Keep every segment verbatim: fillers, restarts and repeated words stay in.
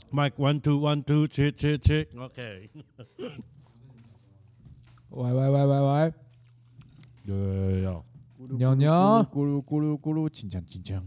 Mike one two one two check check check，OK。 喂喂喂喂喂， 有有有有， 鸟鸟， 咕噜咕噜咕噜，轻锵轻锵。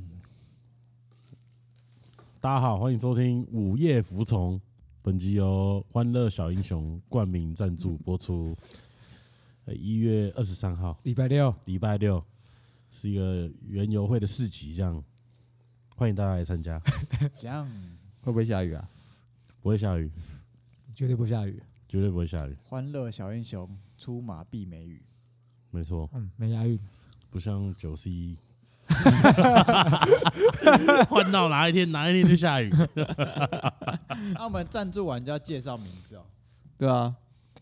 大家好，欢迎收听《午夜服从》，本集由欢乐小英雄冠名赞助播出。一月二十三号， 礼拜六， 礼拜六是一个园游会的市集，这样欢迎大家来参加。 这样会不会下雨啊？ 不会下雨， 绝对不下雨。 绝对不会下雨， 欢乐小英雄出马避梅雨。 没错， 嗯，没押韵， 不像九 C， 换到哪一天哪一天就下雨。 那我们赞助完就要介绍名字哦。 对啊，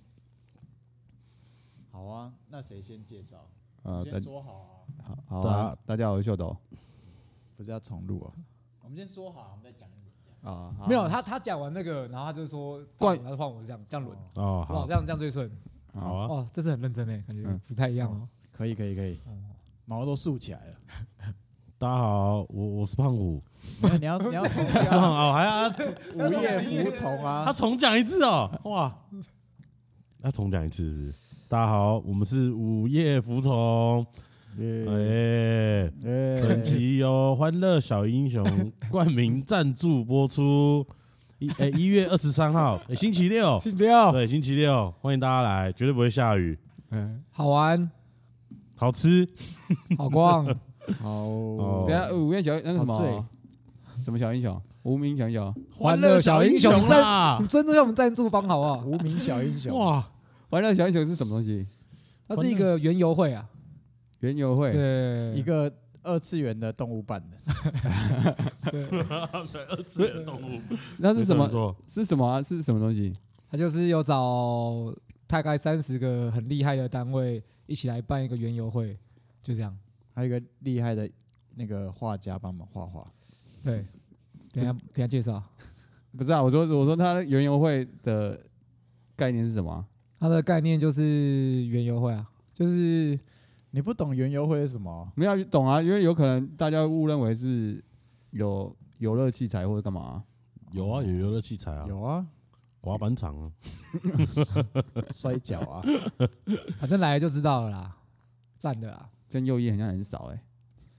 好啊，那谁先介绍？ 呃， 先说好啊， 好好啊，大家好，我是秀斗不是要重录哦。我们先说好，我们再讲一点。 啊， 没有他，他讲完那个，然后他就说冠， 他就换我这样这样轮， 哦，好， 哇，这样这样最顺。 好啊， 哦，这是很认真诶，感觉嗯不太一样哦。 可以可以可以，毛都竖起来了。 大家好，我我是胖虎。 没有你要你要重胖标哦，还要午夜服从啊。 他重讲一次哦，哇，他重讲一次是不是？大家好，我们是午夜服从。哎，本集由欢乐小英雄冠名赞助播出。一哎一月二十三号，哎星期六， 星期六， 对，星期六，欢迎大家来，绝对不会下雨， 嗯， 好玩， 好吃， 好逛， 好。 哦等下五面小那个什好醉么什么小英雄，无名小英雄， 欢乐小英雄啦你！尊重一下我们赞助方好不好？ 无名小英雄。 哇， 欢乐小英雄是什么东西？ 它是一个园游会啊， 园游会， 对， 一个二次元的动物版的。 对，二次元动物， 那是什么？ 没错？ 是什么啊？是什么东西？ 他就是有找大概三十个很厉害的单位一起来办一个园游会，就这样。 还有一个厉害的那个画家帮我们画画。 对，等一下等一下介绍。 不是啊，我说我说他园游会的概念是什么啊？ 它的概念就是园游会啊，就是你不懂园游会是什么？ 没有懂啊，因为有可能大家误认为是有游乐器材或者干嘛啊？ 有啊，有游乐器材啊， 有啊， 滑板场啊， 摔跤啊。 反正来了就知道了啦，赞的啦。 跟右翼好像很少哎，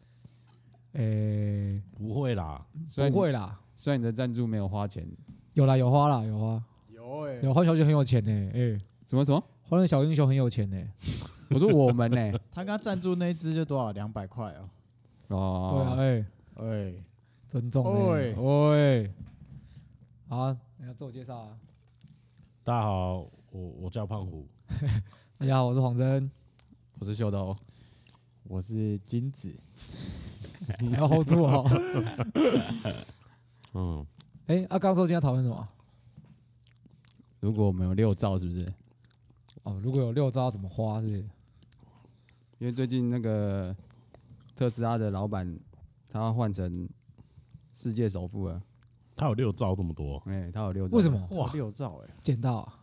诶， 不会啦， 虽然不会啦， 虽然你的赞助没有花钱， 有啦有花啦有花， 有哎、 有欢小英雄很有钱呢，诶， 什么什么？ 欢乐小英雄很有钱呢。 我说我们呢？ 他刚赞助那一只就多少？两百块哦。 哦， 对啊，诶， 哎， 尊重喂欸，喂，好啊，你要自我介绍啊。 大家好，我我叫胖虎， 大家好，我是黄真， 我是秀斗。 我是金子。 你要 hold 住哦。 嗯， 哎，啊，刚说今天讨论什么？ 如果我们有六兆，是不是？ 哦，如果有六招要怎么花，是不是？ 因为最近那个特斯拉的老板，他要换成世界首富了。 他有六兆这么多， 哎、欸，他有六兆。 为什么？ 哇，六兆哎、 捡到啊？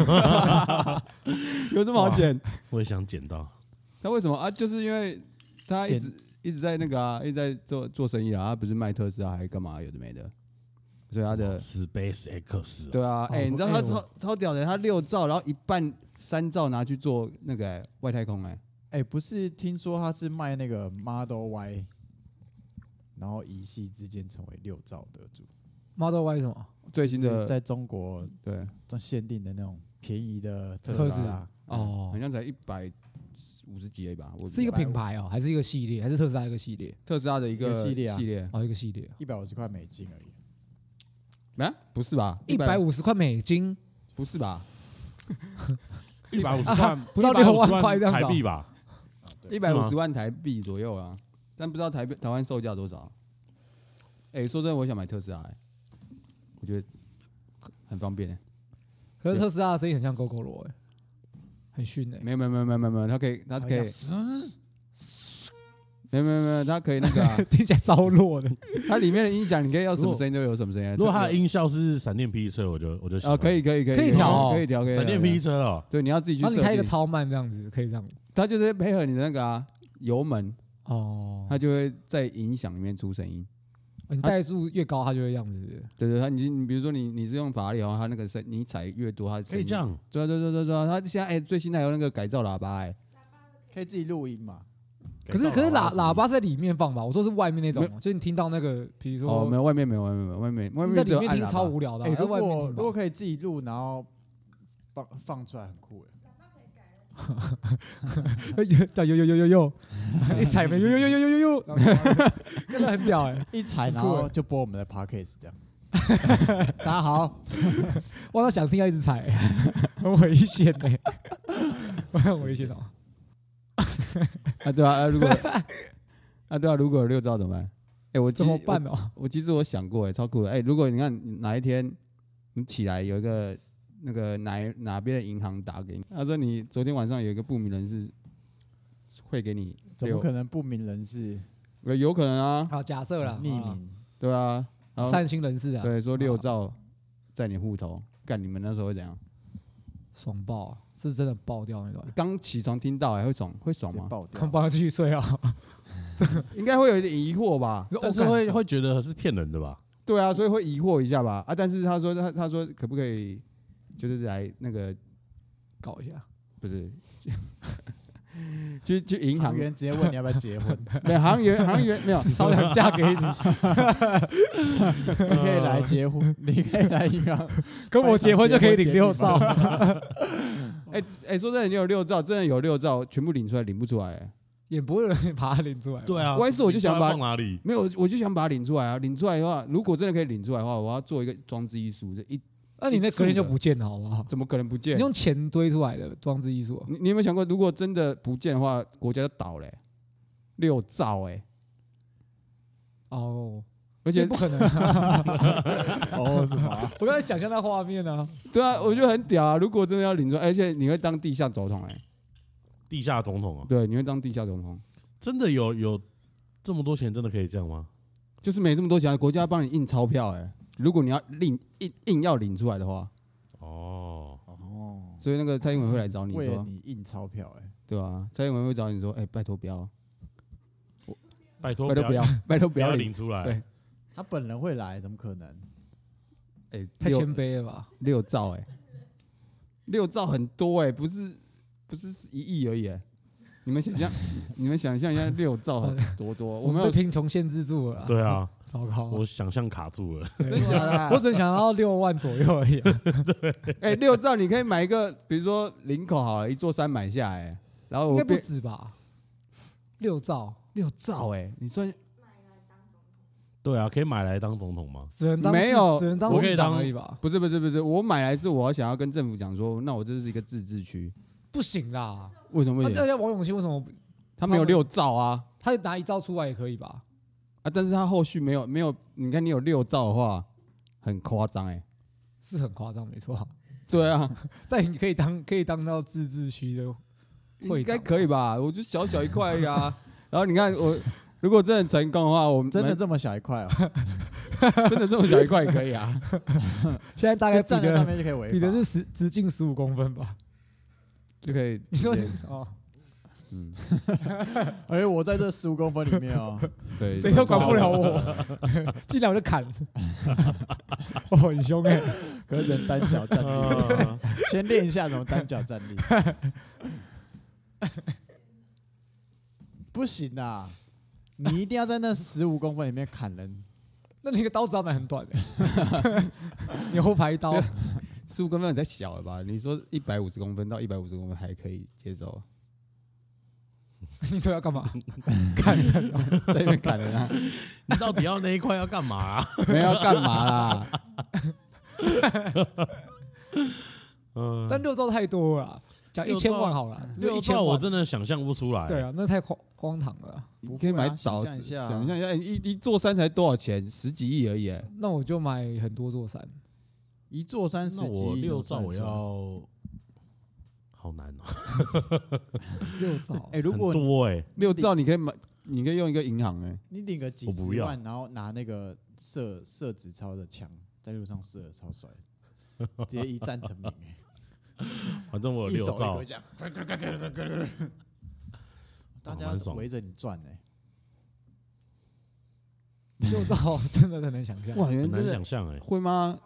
有这么好捡？ 我也想捡到。 他为什么啊？就是因为他一直一直在那个啊，一直在做做生意啊。他不是卖特斯拉还干嘛？有的没的。所以他的 Space X， 对啊，哎、 哦欸，你知道他欸超超屌的，他六兆，然后一半三兆拿去做那个、欸、外太空、欸，哎， 哎，不是听说他是卖那个 Model Y， 然后一夕之间成为六兆得主。 Model Y 是什么？ 最新的在中国对限定的那种便宜的特车子斯拉。 哦好，像才一百五十几而已吧。我是一个品牌哦，还是一个系列？还是特斯拉一个系列？ 特斯拉的一个一个系列啊系列哦，一个系列， 一百五十块美金而已。 啊？不是吧？ 一百五十块美金， 不是吧？ 一百五十万， 不到六万块这样子哦台币吧？ 一百五十万台币左右啊，但不知道台台湾售价多少。哎、欸，说真的，我想买特斯拉、欸，我觉得很方便、欸。 可是特斯拉的声音很像 GoGo 哎，很逊哎。 没有没有没有没有没有没有，它可以它可以，没有没有没有，它可以那个、啊， 听起来超弱的。 它里面的音响你可以要什么声音都有什么声音。 如果它的音效是闪电霹雳车，我就我就喜欢哦，可以可以可以可以调哦可以调可以。 闪电霹雳车哦， 对，你要自己去设定。 然后你开一个超慢这样子，可以这样。 它就是配合你的那个啊油门， 哦， 它就会在音响里面出声音。 你代数越高，它就会这样子。 对对，它你你比如说你你是用法拉利的话，它那个声你踩越多，它可以这样。 对对对对对，它现在哎、欸、最新还有那个改造喇叭哎、欸， 可以自己录音嘛？ 可是可是喇喇叭是在里面放吧？我说是外面那种，就是你听到那个，比如说哦没有外面没有外面没有外面外面在里面听超无聊的、啊。 哎、欸，如果如果可以自己录，然后放放出来很酷哎。 有有有有有有，一踩没有有有有有有有，真的很屌哎、欸！ 一踩然后就播我们的 podcast 这样。大家好， 哇，他想听要一直踩、欸，很危险哎、欸，很危险哦。 啊对啊，啊如果啊对啊，如果有六兆怎么办？哎、欸，我怎么办哦？ 我, 我其实我想过哎、欸，超酷的哎、欸！如果你看哪一天你起来有一个。那个哪哪边的银行打给你？他说你昨天晚上有一个不明人士会给你， 怎么可能不明人士？ 有可能啊。 好，假设啦， 匿名， 对啊， 善心人士啊， 对，说六兆在你户头，干你们那时候会怎样？ 爽爆、啊，是真的爆掉那种。 刚起床听到、欸，会爽会爽吗？ 爆掉， 看爆他继续睡啊， 应该会有一点疑惑吧？ 但是会会觉得是骗人的吧？ 对啊，所以会疑惑一下吧？啊，但是他说他他说可不可以？就是来那个搞一下， 不是，去去银行员直接问你要不要结婚， 没有行员行员没有， 烧两嫁给你， 你可以来结婚，你可以来银行跟我结婚就可以领六兆。 哎哎，说真的，你有六兆，真的有六兆，全部领出来领不出来、欸， 也不会有人把它领出来。 对啊， 我也是，我就想把放哪里？ 没有，我就想把它领出来啊！领出来的话，如果真的可以领出来的话，我要做一个装置艺术，这一。 那你那隔天就不见了，好不好？ 怎么可能不见？ 你用钱堆出来的装置艺术， 你你有没有想过，如果真的不见的话，国家就倒了、欸，六兆哎、欸！ 哦， 而且不可能、啊。 哦，什么？ 我刚才想象那画面呢、啊。 对啊，我觉得很屌啊！如果真的要领出来，而且你会当地下总统哎、欸， 地下总统啊？ 对，你会当地下总统。 真的有有这么多钱，真的可以这样吗？ 就是没这么多钱，国家帮你印钞票哎、欸。如果你要领硬硬要领出来的话， 哦哦， 所以那个蔡英文会来找你说， 为了你印钞票哎、欸， 对啊，蔡英文会找你说，哎、欸，拜托不要， 拜托拜托不要，拜托不要领出来。 对， 他本人会来，怎么可能？ 哎、欸， 太谦卑了吧？ 六兆哎、欸，六兆很多哎、欸，不是不是一亿而已哎、欸。你们想象，你们想象一下，六兆很多多， 我们被贫穷限制住了。 对啊， 糟糕， 我想象卡住了。 真的假的？ 我只想到六万左右而已、啊。 对，哎、欸，六兆你可以买一个，比如说林口好了，一座山买下来，然后我应该不止吧？六兆， 六兆哎、欸，你算对啊，可以买来当总统吗？ 只能当没有， 只能当市长而已吧？ 不是不是不是，我买来是我想要跟政府讲说，那我这是一个自治区。 不行啦， 为什么不行？ 大家王永庆为什么他没有六兆啊？ 他拿一兆出来也可以吧？ 啊，但是他后续没有没有，你看你有六兆的话，很夸张哎， 是很夸张，没错。 对啊， 但你可以当可以当到自治区的会长， 应该可以吧？我就小小一块呀。然后你看我，如果真的成功的话，我们真的这么小一块哦， 真的这么小一块也可以啊。 现在大概站在上面就可以违法， 比的是直直径十五公分吧。 就可以， 你说哦， 嗯，哎，我在这十五公分里面哦， 对， 谁都管不了我，进来我就砍，哦，很凶哎， 可是人单脚站立，先练一下怎么单脚站立，不行啊，你一定要在那十五公分里面砍人， 那你个刀子要买很短的，牛排刀。 十五公分太小了吧？你说一百五十公分到一百五十公分还可以接受？ 你说要干嘛？砍人、啊， 在那边砍人啊？ 你到底要那一块要干嘛、啊？ 没有要干嘛啦？ 嗯， 但六兆太多了啦，讲一千万好了， 六兆我真的想象不出来。 对啊，那太荒荒唐了。 你可以买岛，想象一下，一一座山才多少钱？十几亿而已。 那我就买很多座山。 一座山十几亿， 我六兆我要，好难哦。 六兆， 哎，如果多哎， 六兆你可以买，你可以用一个银行哎， 你领个几十万，然后拿那个射射纸钞的枪在路上射，超帅，直接一战成名哎。 反正我有六兆， 大家围着你转哎。 六兆真的很难想象。 哇，你们很难真的想象哎。 会吗？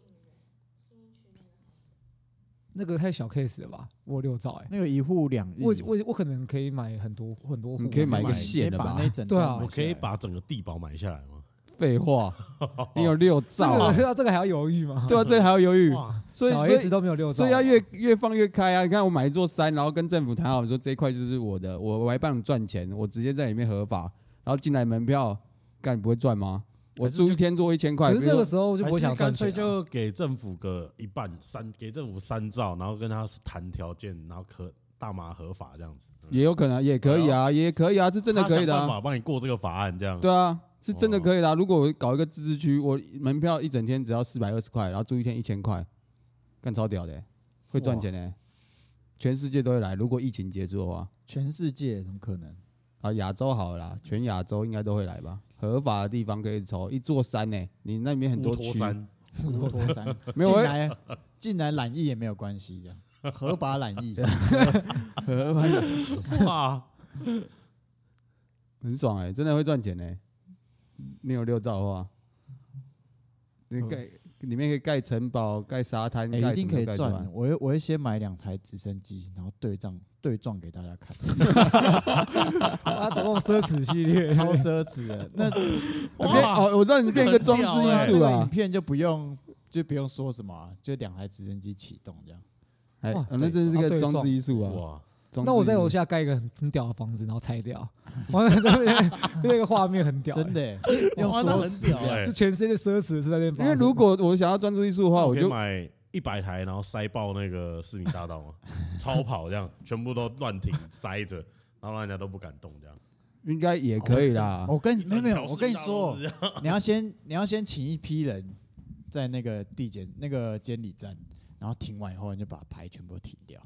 那个太小 case 了吧？我有六兆哎、 那个一户两亿， 我我我可能可以买很多很多户， 你可以买一个你县的吧可以把那一整对啊栋买我可以下来把整个地堡买下来吗？ 废话，你有六这兆啊？ 个这个还要犹豫吗？ 对啊，这个还要犹豫， 哇， 小所以所 S 以都没有六兆， 所以要越越放越开啊！你看我买一座山，然后跟政府谈好说这一块就是我的，我我还帮你赚钱，我直接在里面合法，然后进来门票，干你不会赚吗？我住一天做一千块， 可是那个候时候就不会想干赚钱啊。 脆就给政府个一半三，给政府三兆，然后跟他谈条件，然后可大麻合法这样子。 也有可能，也可以啊，也可以啊，是真的可以的啊。 他想办法帮你过这个法案，这样。 对啊，是真的可以的啊。如果我搞一个自治区，我门票一整天只要四百二十块，然后住一天一千块，干超屌的欸，会赚钱的，全世界都会来。如果疫情结束的话， 全世界怎么可能？ 啊，亚洲好了啦，全亚洲应该都会来吧？合法的地方可以抽一座山呢，你那里面很多区， 乌托山， 乌托山没有我进来进来染疫也没有关系，这样合法染疫， 合法的哇， 很爽哎，真的会赚钱呢。你有六兆的话，你盖里面可以盖城堡、盖沙滩， 哎， 盖一定可以什么都盖出来赚的。我会我会先买两台直升机，然后对撞对撞给大家看， 他总共奢侈系列， 超奢侈的。那变哦，我知道你变一个装置艺术啊那个影，片就不用就不用说什么啊，就两台直升机启动这样。 哎， 哇哦那真是个装对撞置艺术啊。 哇， 装置那我在艺术楼下盖一个很很屌的房子，然后拆掉，完了这边那个画面很屌欸， 真的欸用哇那缩时很屌哎就全世界奢侈的是在那边发生。 因为如果我想要装置艺术的话， 我可以我就买一百台，然后塞爆那个市民大道嘛，超跑这样，全部都乱停塞着，然后让人家都不敢动这样。 应该也可以啦。 我跟你没有没有， 整条我跟你市民大道说都是这样， 你要先你要先请一批人在那个地检那个监理站，然后停完以后你就把牌全部停掉，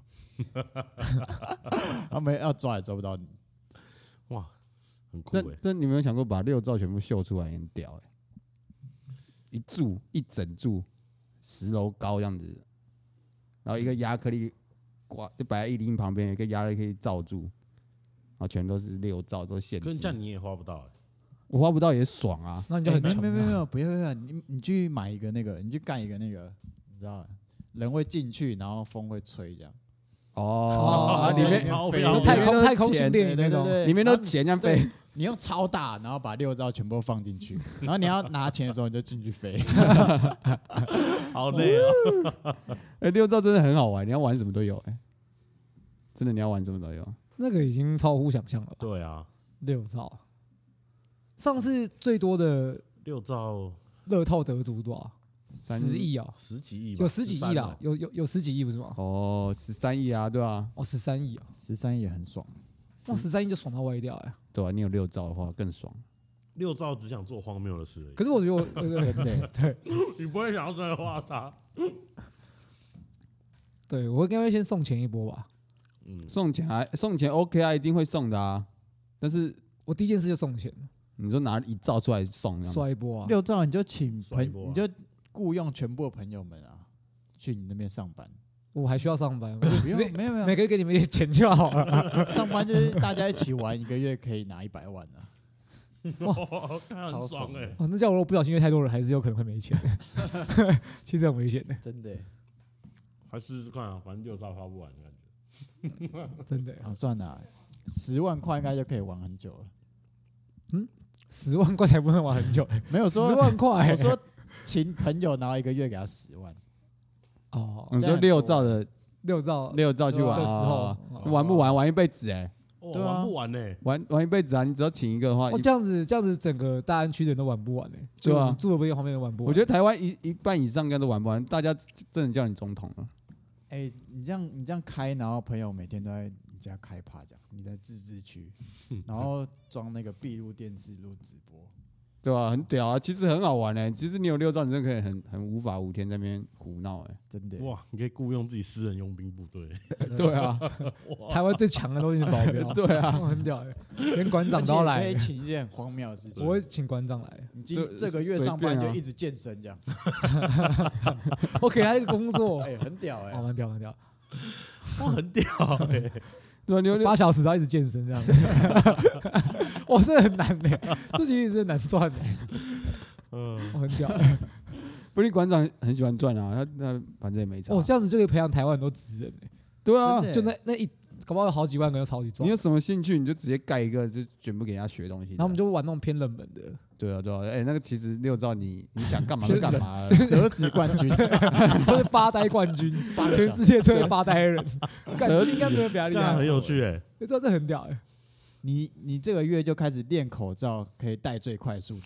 他们要抓也抓不到你。 哇，很酷但哎！ 但你有没有想过把六兆全部秀出来，也很屌哎、一柱一整柱十楼高这样子，然后一个亚克力挂就摆在一零旁边，有一个亚克力罩住，然后全都是六兆，都现金跟这。样你也花不到哎。 我花不到也爽啊！ 那你就很穷哎没有没有没有没啊。 有，不要不要，你你去买一个那个，你去干一个那个，你知道人会进去，然后风会吹这样。 哦， 哦里面钞飞票太空里面都太空星钱电影那种， 对对对， 里面都然后钱这样对飞， 你用超大，然后把六兆全部放进去，然后你要拿钱的时候你就进去飞。 好累哦。 哎，六兆真的很好玩，你要玩什么都有哎、真的你要玩什么都有。 那个已经超乎想象了吧？ 对啊， 六兆，上次最多的六兆乐透得主多少？ 三十亿啊， 十几亿吧， 有十几亿 13 啦啊， 有有有十几亿不是吗？ 哦，十三亿啊，对吧、 哦，十三亿啊， 十三也很爽， 哇，十三亿就爽到歪掉哎。 对啊，你有六兆的话更爽。 六兆只想做荒谬的事而已。 可是我觉得我对对真的。 对你不会想要真的花它？ 对，我应该会先送钱一波吧。 嗯， 送钱还送钱 OK 啊，一定会送的啊。但是我第一件事就送钱， 你说拿一兆出来送，这样刷一波啊。 六兆你就请朋， 刷一波啊你就雇佣全部的朋友们啊，去你那边上班。 我还需要上班，我不用直接， 没有没有， 每个月给你们一点钱就好了。 上班就是大家一起玩，一个月可以拿一百万啊。 哇，看超很爽爽哎。 哦，那叫我如果不小心因为太多人，还是有可能会没钱。其实很危险的， 真的欸还试试看啊，反正六兆花不完的感觉。 真的。 啊，算了，十万块应该就可以玩很久了。 十万块才不能玩很久，十没有说， 万块。 我说请朋友，然后一个月给他十万， 哦， 你说六兆的六兆六兆去玩的时候啊， 哦玩不玩？玩一辈子哎、 哇对啊玩不完呢。 玩玩一辈子啊！你只要请一个的话， 哦，这样子这样子，整个大安区的人都玩不完呢。就对啊我们住的不旁边都玩不完。 我觉得台湾一一半以上应该都玩不完，大家真的叫你总统了。 哎、你这样你这样开，然后朋友每天都在你家开趴，这样你在自治区，然后装那个闭路电视录直播， 对吧、很屌啊！其实很好玩哎、其实你有六兆，你真的可以很很无法无天在那边胡闹哎。 真的、 哇，你可以雇佣自己私人佣兵部队。 对啊， 台湾最强的都是你的保镖， 对啊， 哇很屌欸，连馆长都要来而且可以。请一件很荒谬的事情我。会请馆长来， 你今就这个月上班随便啊就一直健身这样， 我给他一个工作， 哎、很屌哎、 哦，蛮屌蛮屌。 哇，很屌哎。 对啊，六六八小时然后一直健身这样子，哇，这很难的，这其实是难赚的，嗯，很屌。 不是馆长很喜欢赚啊，他他反正也没差。 哦，这样子就可以培养台湾很多职人哎。 对啊， 就那那一搞不好有好几万个人超级赚。 你有什么兴趣，你就直接盖一个，就全部给人家学东西。 然后我们就玩那种偏冷门的。 对啊，对啊，哎、欸，那个其实六兆你你想干嘛就干嘛， 折纸冠军， 或是发呆冠军，全世界最会发呆的人，折应该没有比较厉害， 很有趣哎、欸， 这这很屌哎、欸。 你你这个月就开始练口罩，可以戴最快速。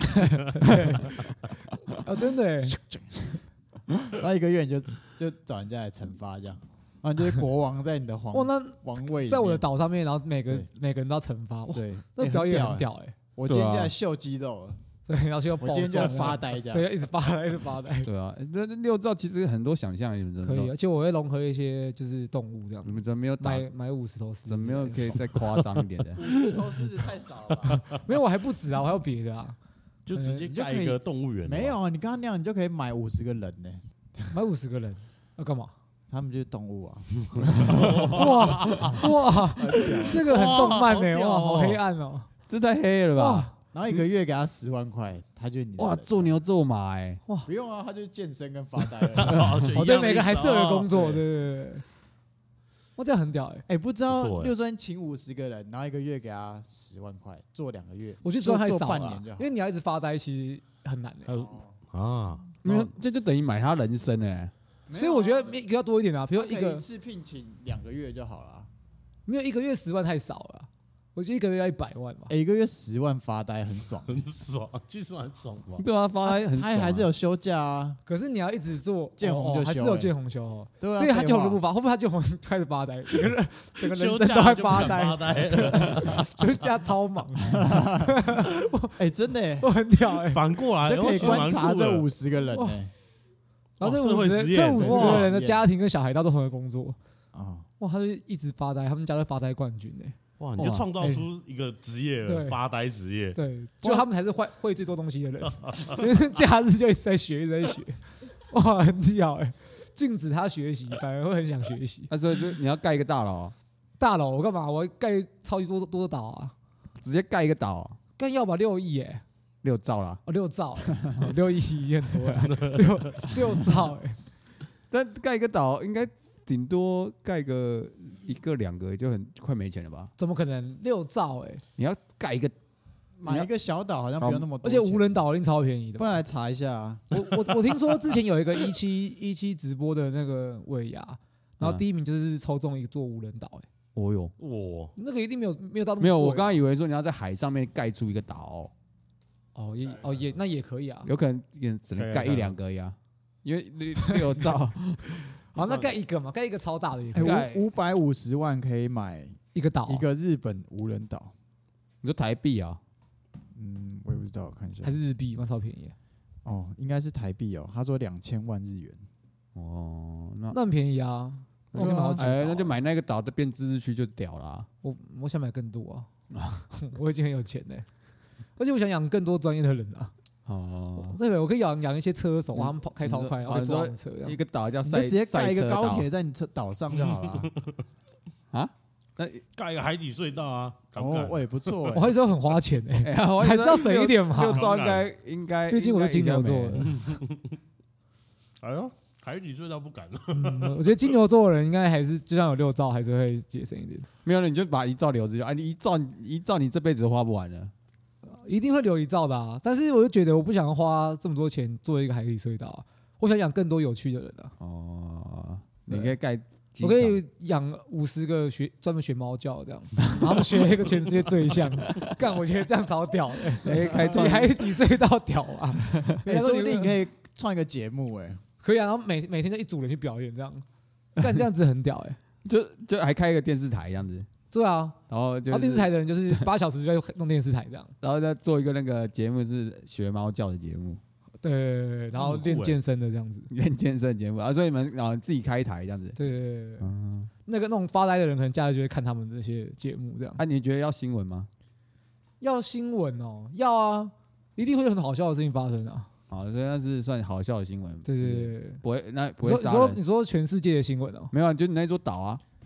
哦，真的哎、欸。 然后一个月你就就找人家来惩罚这样。然后就是国王在你的皇王位， 在我的岛上面，然后每个每个人都要惩罚， 对， 那表演很屌哎！ 我今天就在秀肌肉了， 对，然后就我今天就在发呆这样， 对，一直发呆，一直发呆。 对啊，那六兆其实很多想象，你们可以，而且我会融合一些就是动物这样。 你们怎么没有买买五十头狮子？ 怎么没有可以再夸张一点的？ 五十头狮子太少了吧？ 没有，我还不止啊，我还有别的啊， 就直接盖一个动物园。 没有啊，你刚刚那样，你就可以买五十个人呢， 买五十个人要干嘛？ 他们就是动物啊！ 哇哇，这个很动漫呢，哇，好黑暗哦， 这太黑了吧！ 然后一个月给他十万块，他就你哇，做牛做马哎， 哇，不用啊，他就健身跟发呆。 哦，对，每个还是有个工作，对对对。哇，这样很屌哎！ 哎，不知道六专请五十个人，然后一个月给他十万块，做两个月， 我觉得十万太少了， 因为你要一直发呆，其实很难哎。 啊， 没有，这就等于买他人生哎。 所以我觉得一个要多一点啊，比如一个一次聘请两个月就好了。 没有一个月十万太少了，我觉得一个月要一百万吧。 一个月十万发呆很爽， 很爽，其实蛮爽吧。 对啊，发呆很爽， 他还是有休假啊。 可是你要一直做见红就休， 还是有见红休哦。 对啊， 所以他见红就不发，会不会他见红开始发呆，整个人整个人生都在发呆，休假超忙。 哎，真的， 我很屌哎， 反过来就可以观察这五十个人哎。 然后这五十这五十个人的家庭跟小孩都是同一个工作啊，哇，他就一直发呆，他们家的发呆冠军哎， 哇，你就创造出一个职业了，发呆职业， 对，就他们才是会会最多东西的人，假日就一直在学，一直在学，哇，很屌哎，禁止他学习，反而会很想学习。 那所以就你要盖一个大楼， 大楼我干嘛？我盖超级多多的岛啊， 直接盖一个岛， 干要吧六亿哎。 六兆啦， 哦，六兆，哦、六亿已经很多了，六六兆哎、欸。 但盖一个岛应该顶多盖个一个两个就很快没钱了吧？ 怎么可能六兆哎、欸？ 你要盖一个买一个小岛好像不用那么多， 而且无人岛一定超便宜的。 不然来查一下啊。 我我我听说之前有一个一期一期直播的那个尾牙，然后第一名就是抽中一个做无人岛哎、欸。 哦哟， 哇，那个一定没有没有到那么没有。我刚刚以为说你要在海上面盖出一个岛。 哦，也哦也那也可以啊， 有可能也只能盖一两个呀，因为六兆。 好，那盖一个嘛，盖一个超大的也可以。 哎，五百五十万可以买一个岛， 一个日本无人岛。 你说台币啊？ 嗯，我也不知道，我看一下。 还是日币？那超便宜。 哦，应该是台币哦。他说两千万日元。 哦，那那很便宜啊。那就买好几个。 哎，那就买那个岛的变自治区就屌了。 我我想买更多啊，我已经很有钱嘞。而且我想养更多专业的人啊！ 哦， 这个我可以养养一些车手，他们跑开超快，然后坐他们车。 一个岛叫赛，你就直接盖一个高铁在你车岛上就好了。 啊？那盖一个海底隧道啊？ 哦，我也不错。 我还是要很花钱哎，还是要省一点嘛。 六兆应该应该， 毕竟我是金牛座的。 哎呦，海底隧道不敢了。 我觉得金牛座的人应该还是，就算有六兆，还是会节省一点。 没有了，你就把一兆留着就，哎，你一兆一兆你这辈子花不完的。 一定会留一兆的啊！但是我就觉得我不想花这么多钱做一个海底隧道啊，我想养更多有趣的人啊。 哦，你可以盖， 我可以养五十个学专门学猫叫这样，然后他们学一个全世界最像，干，我觉得这样超屌的， 哎，开比海底隧道屌啊！ 哎，说不定你可以创一个节目哎， 可以啊，然后每每天就一组人去表演这样，干这样子很屌哎， 就就还开一个电视台这样子。 对啊， 然后就然后电视台的人就是八小时就在弄电视台这样， 然后再做一个那个节目是学猫叫的节目， 对对对，然后练健身的这样子， 练健身节目啊，所以你们然后自己开一台这样子， 对对对，嗯，那个那种发呆的人可能假日就会看他们这些节目这样。 啊，你觉得要新闻吗？ 要新闻哦，要啊，一定会有很好笑的事情发生啊。 好，所以那是算好笑的新闻， 对对对， 不会那不会杀人。你说你说全世界的新闻哦？ 没有，就你那座岛啊。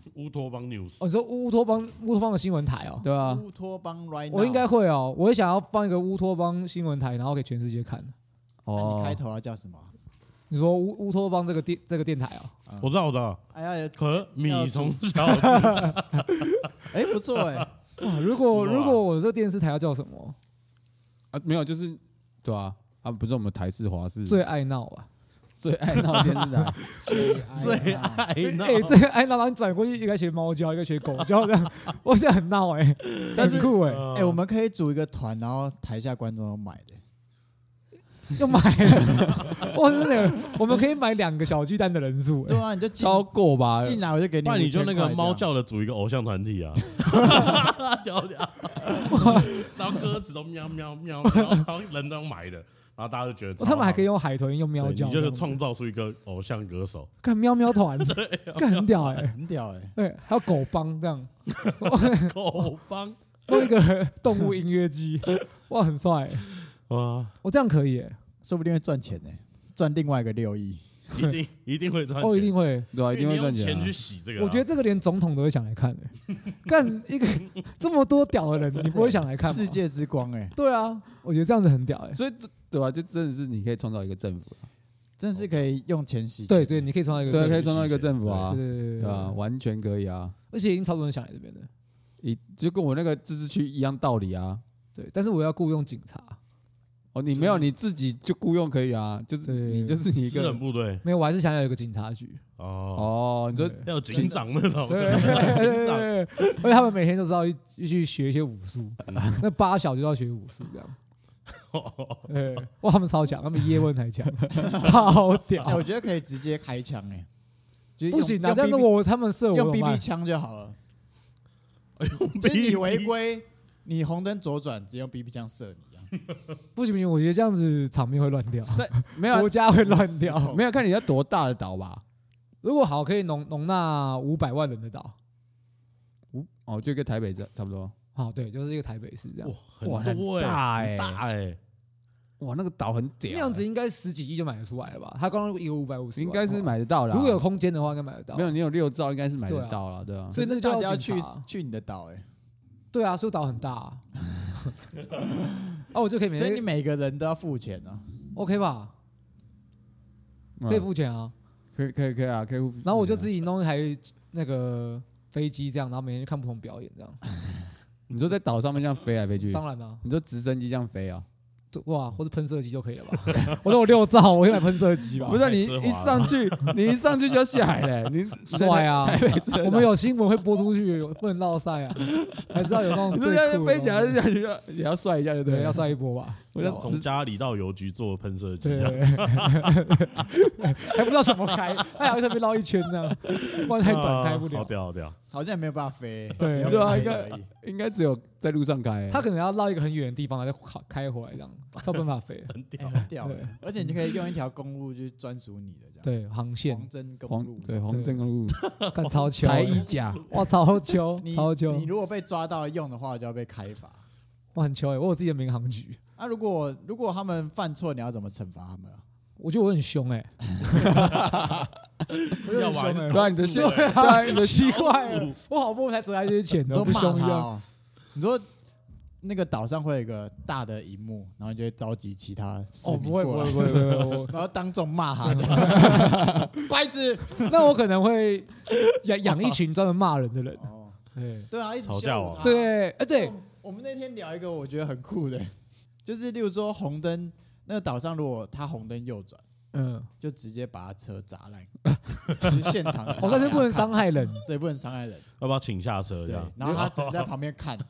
乌托邦 news。 哦，你说乌托邦乌托邦的新闻台哦？ 对啊， 乌托邦 right now， 我应该会哦，我也想要放一个乌托邦新闻台，然后给全世界看。 那哦你，开头要叫什么？ 你说乌乌托邦这个电这个电台哦？ 我知道，我知道。 哎呀， 和米从小哎，不错哎。 哇，如果哇如果我这个电视台要叫什么？ 啊，没有，就是对啊，啊，不是我们台视、华视最爱闹啊！ 最爱闹电视台， 最爱闹， 哎，最爱闹，然后你转过去，一个学猫叫，一个学狗叫，这样，我现在很闹哎， 但是很酷哎， 哎，我们可以组一个团，然后台下观众都买的。 又买了，哇，真的，我们可以买两个小巨蛋的人数哎， 对啊，你就进超过吧？ 进来我就给你不然你就那个五千块猫叫的组一个偶像团体啊，屌屌，然后歌词都喵喵喵喵，然后人都买的，然后大家就觉得超好他们还可以用海豚用喵叫， 对你就是创造出一个偶像歌手， 干喵喵团，干很屌哎， 很屌哎。 对，还有狗帮这样， 狗帮弄一个动物音乐机，哇，很帅欸， 哇， 我这样可以哎， 说不定会赚钱呢，赚另外一个六亿。 一定一定会赚钱， 哦，一定会。 对啊，一定会赚钱啊。 因为你用钱去洗这个啊。 我觉得这个连总统都会想来看的，干一个这么多屌的人，你不会想来看吗？ 世界之光哎， 对啊，我觉得这样子很屌哎。 所以这对啊，就真的是你可以创造一个政府啊， 真是可以用钱洗钱。 对对，你可以创造一个对啊， 政府可以创造一个政府啊， 对对对对对啊，完全可以啊， 而且已经超多人想来这边的。 一就跟我那个自治区一样道理啊。 对，但是我要雇佣警察， 哦，你没有你自己就雇佣可以啊，就是对你就是你一私个人部队没有，我还是想要有一个警察局。 哦， 哦，你说对要有警长那种， 对警长对，而且他们每天都知道去学一些武术，那八小就要学武术这样。对，哇，他们超强，他们叶问还强，超屌哎，。我觉得可以直接开枪哎，就是用不行啊， 用这样子 B B 我他们射我用怎 B 么 B 办？ 枪就好了。 哎呦就是你违规，你红灯左转，直接用 B B 枪射你这样。 不行不行，我觉得这样子场面会乱掉， 没有啊国家会乱掉。 没有看你要多大的岛吧？ 如果好可以容容纳五百万人的岛， 五哦，就跟台北这差不多。 好，对，就是一个台北市这样哇，， 哇很多很大哎， 欸很大哎， 哇，那个岛很屌欸， 那样子应该十几亿就买得出来了吧？他刚刚一个五百五十， 应该是，买得到的啊。 如果有空间的话，应该买得到。 没有，你有六兆，应该是买对啊得到了，对啊。 所以那个就要大家要去警察去你的岛哎， 对啊，所以岛很大啊，啊，我就可以每所以你天每个人都要付钱啊。 OK 吧？可以付钱啊， 可以可以可以啊，可以付。 然后我就自己弄一台那个飞机这样，然后每天去看不同表演这样。 你说在岛上面这样飞来飞去， 当然啦， 你说直升机这样飞啊？ 哇，或者喷射机就可以了吧？我都有六兆，我可以买喷射机吧？ 不是你太奢华了一上去，你一上去就要下海嘞，你帅啊！ 台北车我们有新闻会播出去，不能落赛啊，还是要有那种你最说要飞酷的起来下去要也要帅一下，对不对， 对？ 要帅一波吧？ 我要从家里到邮局坐喷射机对， 啊， 还不知道怎么开，还要特别绕一圈这样，不然太短开不了。 好屌好屌， 好像也没有办法飞， 对只有对啊，应开而该已。 应该只有在路上开。 他可能要绕一个很远的地方，再开回来这样，才有办法飞。 很哎屌， 很屌对哎，而且你可以用一条公路，就是专属你的这样。 对，航线黄针公黄路。 对黄镇公路干超球， 台一甲， 哇，超球， 你超球你，如果被抓到用的话，就要被开罚。 哇，很球哎！我有自己的民航局， 啊，如果如果他们犯错，你要怎么惩罚他们啊？ 我觉得我很凶哎，我觉得要玩很凶哎对啊，你的对啊对啊，你的奇怪小了，我好不容易才得来这些钱的， 都骂不凶一样。 他哦。你说那个岛上会有一个大的荧幕，然后你就会召集其他市哦， 民过来不会不会不会不会，我然后当众骂他这样，白痴。 那我可能会养养一群专门骂人的人。 哦， 对对啊，一直吵架王羞辱他。 对，哎对我，我们那天聊一个我觉得很酷的，就是例如说红灯，那个岛上如果他红灯右转， 嗯， 就直接把他车砸烂，就是现场砸给他看。 哦，但是不能伤害人。 对，不能伤害人。 要不要请下车这对样？， 然后他只能在旁边看，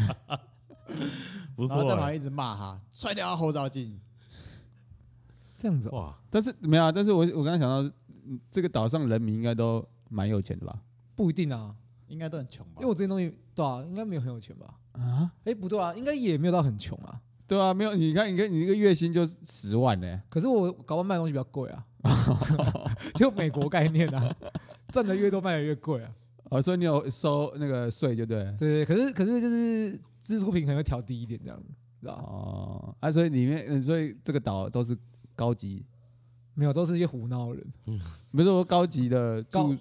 不错欸， 然后在旁边一直骂他，踹掉他后照镜。 这样子哦， 哇， 但是没有啊，但是我我刚刚想到，嗯这个岛上人民应该都蛮有钱的吧？ 不一定啊， 应该都很穷吧因为？我这些东西，对啊，应该没有很有钱吧？ 啊， 哎，不对啊，应该也没有到很穷啊。 对啊，没有，你看，你看，你一个月薪就十万呢， 可是我搞完卖的东西比较贵啊，就美国概念啊，赚的越多卖的越贵啊。 哦，所以你有收那个税，就对了。 对，可是可是就是支出品可能会调低一点这样，知道吗？ 哦，啊，所以里面，嗯所以这个岛都是高级， 没有，都是一些胡闹的人。 不是说高级的高住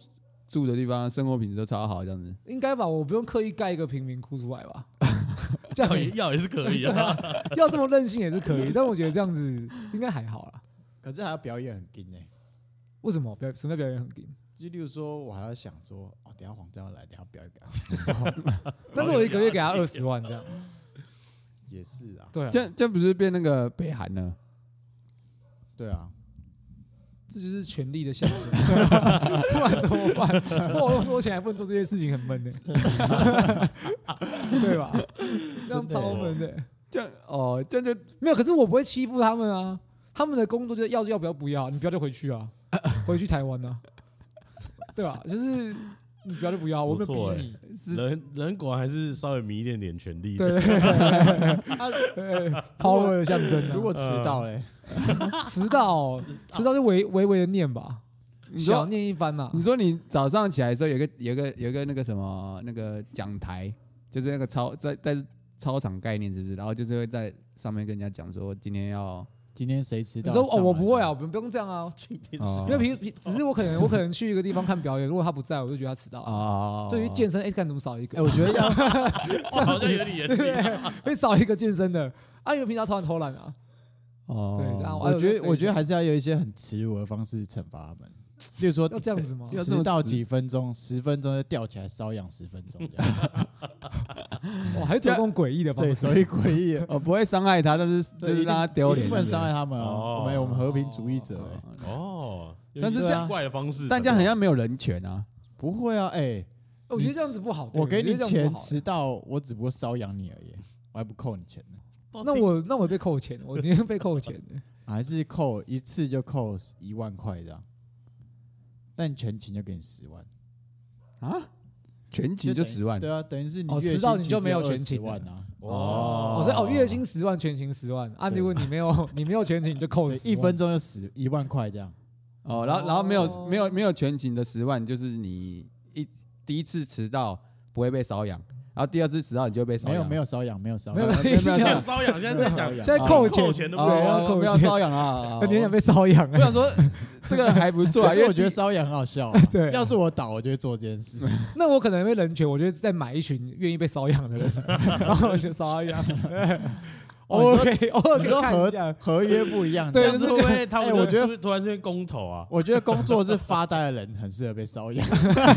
住的地方，生活品质都超好，这样子。 应该吧？我不用刻意盖一个贫民窟出来吧？这样要要也是可以啊， 要这么任性也是可以，但我觉得这样子应该还好啦。 可是还要表演很紧呢、欸。 为什么表什么叫表演很紧？ 就例如说，我还要想说，哦，等一下黄真要来，等一下表演给他。 但是我一个月给他二十万这样。 也是啊， 对啊， 这样这样不是变那个北韩了？ 对啊， 这就是权力的象征。不然怎么办？我都说起来不能做这些事情，很闷的、欸，对吧？这样超闷的、欸。 这样哦，这样就没有。可是我不会欺负他们啊，他们的工作就是要就要，不要不要，你不要就回去啊，回去台湾啊，对吧？就是你不要就不要，我没有逼你。 人人果然还是稍微迷恋点权力。 对对对 ，power 的象征啊。 如果迟到嘞， 迟到迟到就微微微的念吧，小念一番嘛。 你说你早上起来的时候，有一个有一个有一个那个什么那个讲台，就是那个操在在操场概念是不是？然后就是会在上面跟人家讲说今天要。 今天谁迟到？ 你说哦，我不会啊，不不用这样啊。 哦、 因为平平只是我可能我可能去一个地方看表演，如果他不在，我就觉得他迟到。哦。对于健身，哎，看怎么少一个？ 哎，我觉得要好像有点严厉， 会少一个健身的啊，因为平常突然偷懒啊。 哦。 对，这样我觉得我觉得还是要有一些很耻辱的方式惩罚他们，例如说要这样子吗？ 迟到几分钟，十分钟就吊起来瘙痒十分钟这样。 哇，还走这种诡异的方式， 对，所以诡异。 哦，不会伤害他，但是就是让他丢脸， 不能伤害他们啊！我们我们和平主义者哦， 但是这样怪的方式， 但这样好像没有人权啊。 不会啊，哎， 我觉得这样子不好。 我给你钱迟到，我只不过瘙痒你而已，我还不扣你钱呢。 那我那我被扣钱，我宁愿被扣钱的。 还是扣一次就扣一万块这样，但全勤就给你十万啊？全勤就十万？ 对啊，等于是你哦，迟到你就没有全勤万啊。 哦，所以哦，月薪十万，全勤十万啊。如果你没有你没有全勤，你就扣十， 一分钟就十一万块这样。 哦，然后然后没有没有没有全勤的十万，就是你一第一次迟到不会被瘙痒。然后第二次迟到你就会被瘙痒， 没有没有瘙痒，没有瘙痒， 没有没有瘙痒，现在在讲， 现在扣钱钱的部分， 不要瘙痒啊！ 你想被瘙痒？ 我想说这个还不错， 因为我觉得瘙痒很好笑。 对， 要是我倒，我就会做这件事。 那我可能会人权，我就再买一群愿意被瘙痒的人，然后我就瘙痒。偶尔可以，偶尔可以看一下， 合约不一样， 对， 会不会他们我觉得突然出现公投啊？ 我觉得工作是发呆的人很适合被瘙痒。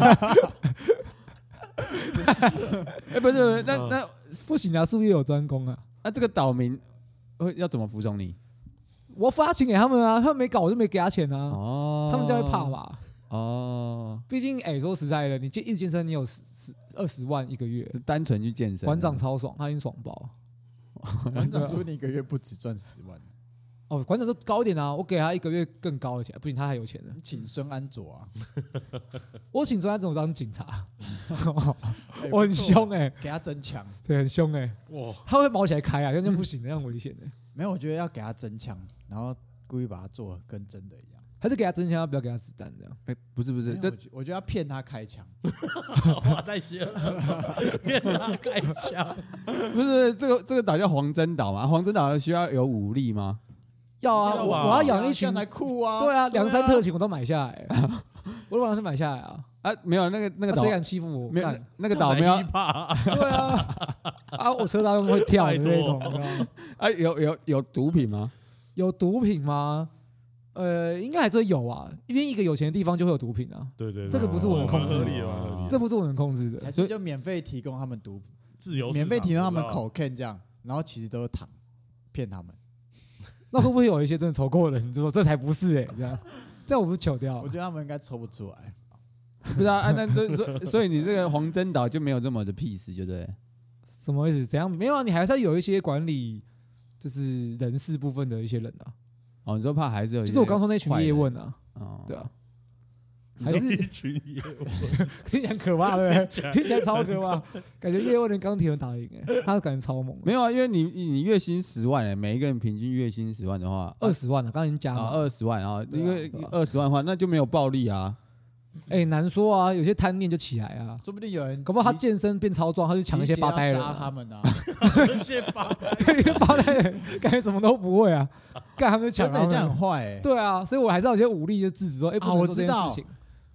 哎，不是，那那不行啊，术业有专攻啊。 那这个岛民会要怎么服从你？ 我发钱给他们啊，他们没搞我就没给他钱啊。哦，他们这样会怕吧？ 哦， 毕竟哎，说实在的，你健一健身，你有十十二十万一个月， 单纯去健身， 馆长超爽，他已经爽爆。 馆长说你一个月不止赚十万。 哦，馆长说高一点啊，我给他一个月更高的钱，不行，他还有钱呢。 请孙安佐啊， 我请孙安佐当警察，我很凶哎、欸， 给他增强， 对，很凶哎、欸，哇，他会毛起来开啊，这样不行的，这样危险的、欸。 没有，我觉得要给他增强，然后故意把他做得跟真的一样， 还是给他真枪，不要给他子弹这样。 哎、欸，不是不是，这我觉得要骗他开枪， 哇，太邪了，骗他开枪， 不是这个这个岛叫黄针岛嘛？黄针岛需要有武力吗？ 要啊，我我要养一群才酷啊！ 对啊，梁山特勤我都买下来，我都把它买下来啊！ 啊，没有那个那个岛， 谁敢欺负我？ 没有那个岛没有， 对啊，啊，我车上会跳的那种， 啊，有有有毒品吗？ 有毒品吗？呃，应该还是有啊，因为一个有钱的地方就会有毒品啊。 对对， 这个不是我能控制的， 这不是我能控制的， 还是就免费提供他们毒品， 自由免费提供他们口 can 这样，然后其实都是糖，骗他们。 那会不会有一些真的抽够的人就说这才不是哎、欸，这样这样我不是糗掉？ 我觉得他们应该抽不出来。 不是啊，啊那所所所以你这个黄针岛就没有这么的 peace， 对不对？ 什么意思？怎样？没有啊，你还是要有一些管理，就是人事部分的一些人啊。 哦，你说怕还是有？ 其实我刚说那群叶问啊，哦、对啊。还是一群叶问， 听起来很可怕，对不对？听起来超可怕，感觉叶问连钢铁都打赢哎、欸，他感觉超猛。 没有啊，因为你你月薪十万哎、欸，每一个人平均月薪十万的话， 二十万了、啊，刚刚已经加了二十万啊，因为二十万的话，那就没有暴利啊。 哎、欸，难说啊，有些贪念就起来啊， 说不定有人， 搞不好他健身变超壮，他就抢一些八代人、 杀他们啊， 这些八代八代人感觉什么都不会啊，干他们就抢他们， 这样很坏哎。 对啊，所以我还是要有些武力就制止说，哎、欸，不能做这件事情。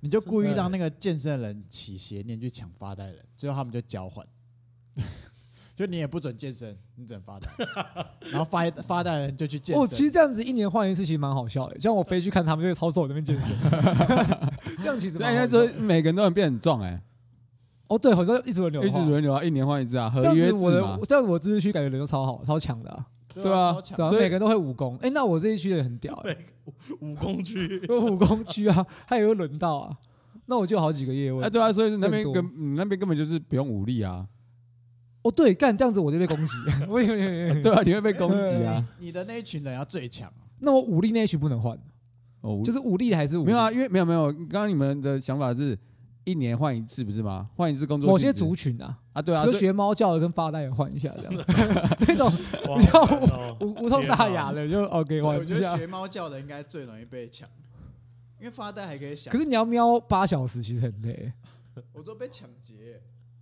你就故意让那个健身的人起邪念去抢发呆人，最后他们就交换。就你也不准健身，你只能发呆，然后发发呆的人就去健身。 哦，其实这样子一年换一次，其实蛮好笑的。像我飞去看他们，就会操作我那边健身，这样其实蛮好笑的。 应该说每个人都能变很壮哎。 哦，对，好像一直轮流， 一直轮流啊，一年换一次啊，合约制嘛。 这样子我的，这样我自治区感觉人都超好，超强的啊。 对啊， 对啊，每个人都会武功。哎，那我这一区的人很屌哎， 武功区， 有武功区啊，还有轮到啊。那我就有好几个业务。 哎，对啊，所以那边根你那边根本就是不用武力啊。 哦，对，干这样子我就被攻击，我有有有， 对啊，你会被攻击啊。 你的那一群人要最强， 那我武力那一群不能换， 哦， 就是武力还是武力没有啊，因为没有没有，刚刚你们的想法是一年换一次不是吗？换一次工作某些族群啊啊，对啊， 就学猫叫的跟发呆也换一下这样，那种比较无无痛大雅的就 OK 换一下。 我觉得学猫叫的应该最容易被抢，因为发呆还可以想。 可是你要瞄八小时，其实很累。 我都被抢劫。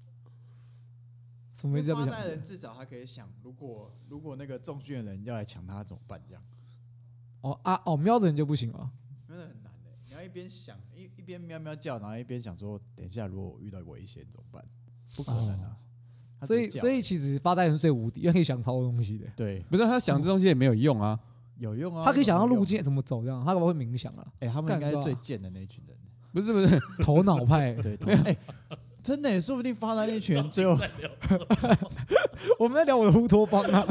什么意思？ 发呆人至少他可以想，如果如果那个重训的人要来抢他怎么办？这样。 哦啊哦，瞄的人就不行了， 真的很难的。你要一边想一一边喵喵叫，然后一边想说，等一下如果我遇到危险怎么办？不可能啊！ 哦、所以所以其实发呆人最无敌，因为可以想超多东西的。 对， 不是他想这东西也没有用啊， 有用啊！ 他可以想到路径怎么走，这样他可能会冥想啊。 哎、欸，他们应该是最贱的那一群人。 不是不是， 头脑派。 对，哎。真的，说不定发呆那群人最后， 我们在聊我的乌托邦啊。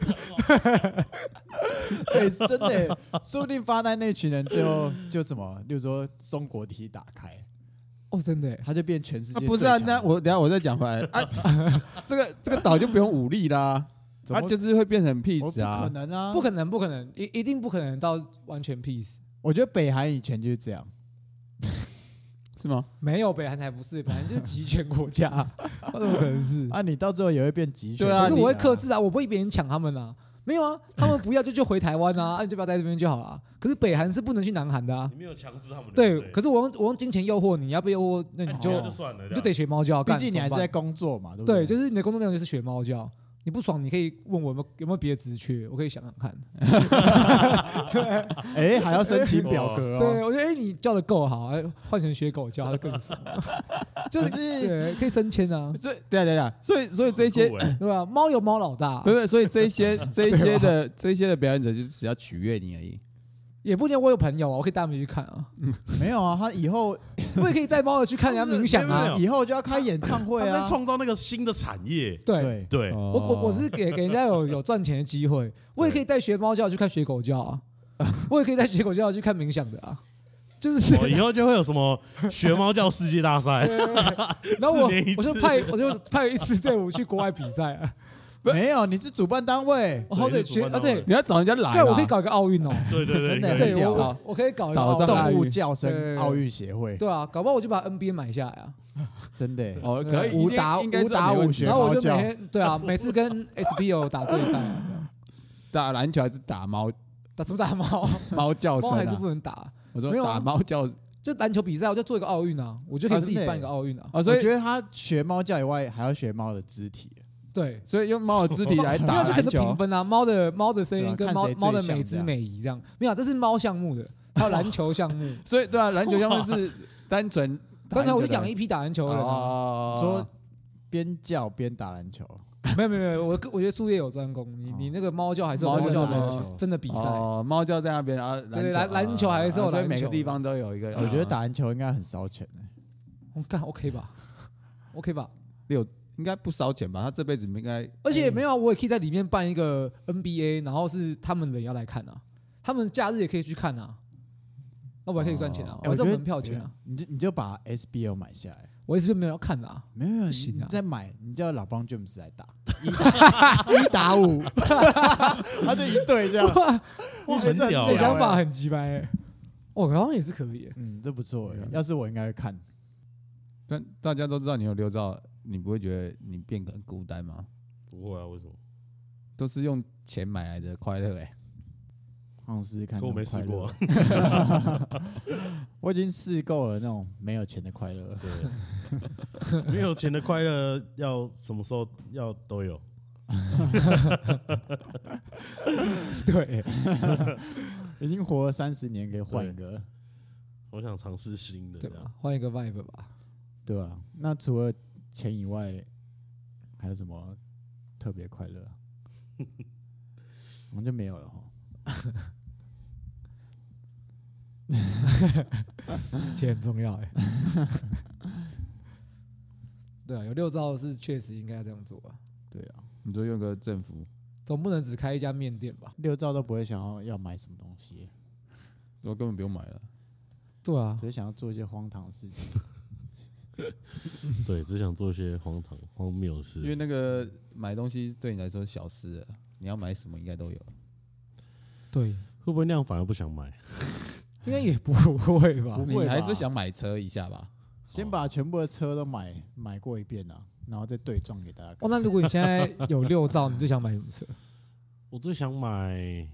对，真的，说不定发呆那群人最后就什么，例如说松果体打开， 哦，真的， 他就变全世界、啊。 不是啊，那我等一下我再讲回来啊，这个这个岛就不用武力啦，他就是会变成 peace 啊， 不可能啊， 不可能，不可能，一一定不可能到完全 peace。 我觉得北韩以前就是这样。 是吗？ 没有，北韩才不是，北韩就是集权国家，怎么可能是？ 啊，你到最后也会变集权。 对啊，可是我会克制啊，我不会别人抢他们啊。没有啊，他们不要就就回台湾啊，啊你就不要在这边就好了。可是北韩是不能去南韩的啊。 你没有强制他们。 对，可是我用我用金钱诱惑你，要被诱惑，那你就就算了， 你就得学猫叫。 毕竟你还是在工作嘛，对不对？对，就是你的工作内容就是学猫叫。你不爽，你可以问我有没有有没有别的职缺，我可以想想看。 哎、欸，还要申请表格哦。 对，我觉得哎、欸，你叫的够好，换成学狗叫，它更爽。就是对，可以升迁啊。 所以对啊对啊，所以所以这些对吧？猫有猫老大， 不是，所以这些这些的这些的表演者就是只要取悦你而已。 也不一定，我有朋友啊，我可以带他们去看啊。 没有啊，他以后我也可以带猫的去看人家冥想啊。 以后就要开演唱会啊， 他在创造那个新的产业。 对对， 我我我是给给人家有有赚钱的机会，我也可以带学猫叫去看学狗叫啊，我也可以带学狗叫去看冥想的啊。就是以后就会有什么学猫叫世界大赛， 然后我我就派我就派一支队伍去国外比赛啊。 没有，你是主办单位， 哦对，学啊对， 你要找人家来， 对，我可以搞一个奥运哦， 对对对， 真的对，我我可以搞一个动物叫声奥运协会， 对啊，搞不好我就把 N B A 买下来啊， 真的哦，可以五打五打五学然后猫叫， 我就每天对啊，每次跟 S B O 打对赛， 打篮球还是打猫？ 打什么打猫？ 猫叫声猫还是不能打。 我说打猫叫， 就篮球比赛，我就做一个奥运啊，我就可以自己办一个奥运啊。 哦，所以我觉得他学猫叫以外，还要学猫的肢体。 对， 所以用猫的肢体来打篮球， 就可能评分啊，猫的猫的声音跟猫猫的美姿美仪这样，没有，这是猫项目的，还有篮球项目。 所以对啊，篮球项目是单纯， 刚才我就养一批打篮球的人啊， 说边叫边打篮球。 没有没有没有，我我觉得术业有专攻，你你那个猫叫还是有猫叫的真的比赛哦，猫叫在那边啊， 对篮篮球还是有， 所以每个地方都有一个。 我觉得打篮球应该很烧钱的， 我干 OK 吧 ？OK 吧？ 六应该不烧钱吧？他这辈子应该， 而且没有，我也可以在里面办一个 N B A， 然后是他们人要来看啊，他们假日也可以去看啊，那我还可以赚钱啊，我还是门票钱啊。 你就你就把 S B O 买下来。 我也是没有要看的啊， 没有没有， 你再买，你叫老邦 James 来打，一打一打五，他就一队这样， 哇，很屌， 你想法很鸡掰哎，我好像也是可以， 嗯，这不错哎，要是我应该会看。 但大家都知道你有六兆，你不会觉得你变得很孤单吗？ 不会啊，为什么？ 都是用钱买来的快乐哎。 好想试试看， 可我没试过， 我已经试够了那种没有钱的快乐。 对，没有钱的快乐要什么时候要都有。 对， 已经活了三十年，可以换一个。 好想尝试新的， 对吧？换一个 vibe 吧。 对啊，那除了钱以外，还有什么特别快乐？我们就没有了哈。 钱很重要哎。对啊，有六兆是确实应该要这样做啊。 对啊， 你就用个政府， 总不能只开一家面店吧？ 六兆都不会想要要买什么东西， 我根本不用买了。 对啊， 只是想要做一些荒唐的事情。 对，只想做一些荒唐荒谬的事。 因为那个买东西对你来说是小事了，你要买什么应该都有。 对， 会不会那样反而不想买？ 应该也不会吧？ 不会吧你还是想买车一下吧？ 先把全部的车都买买过一遍啊，然后再对撞给大家看。 哦，那如果你现在有六兆，你最想买什么车？ 我最想买，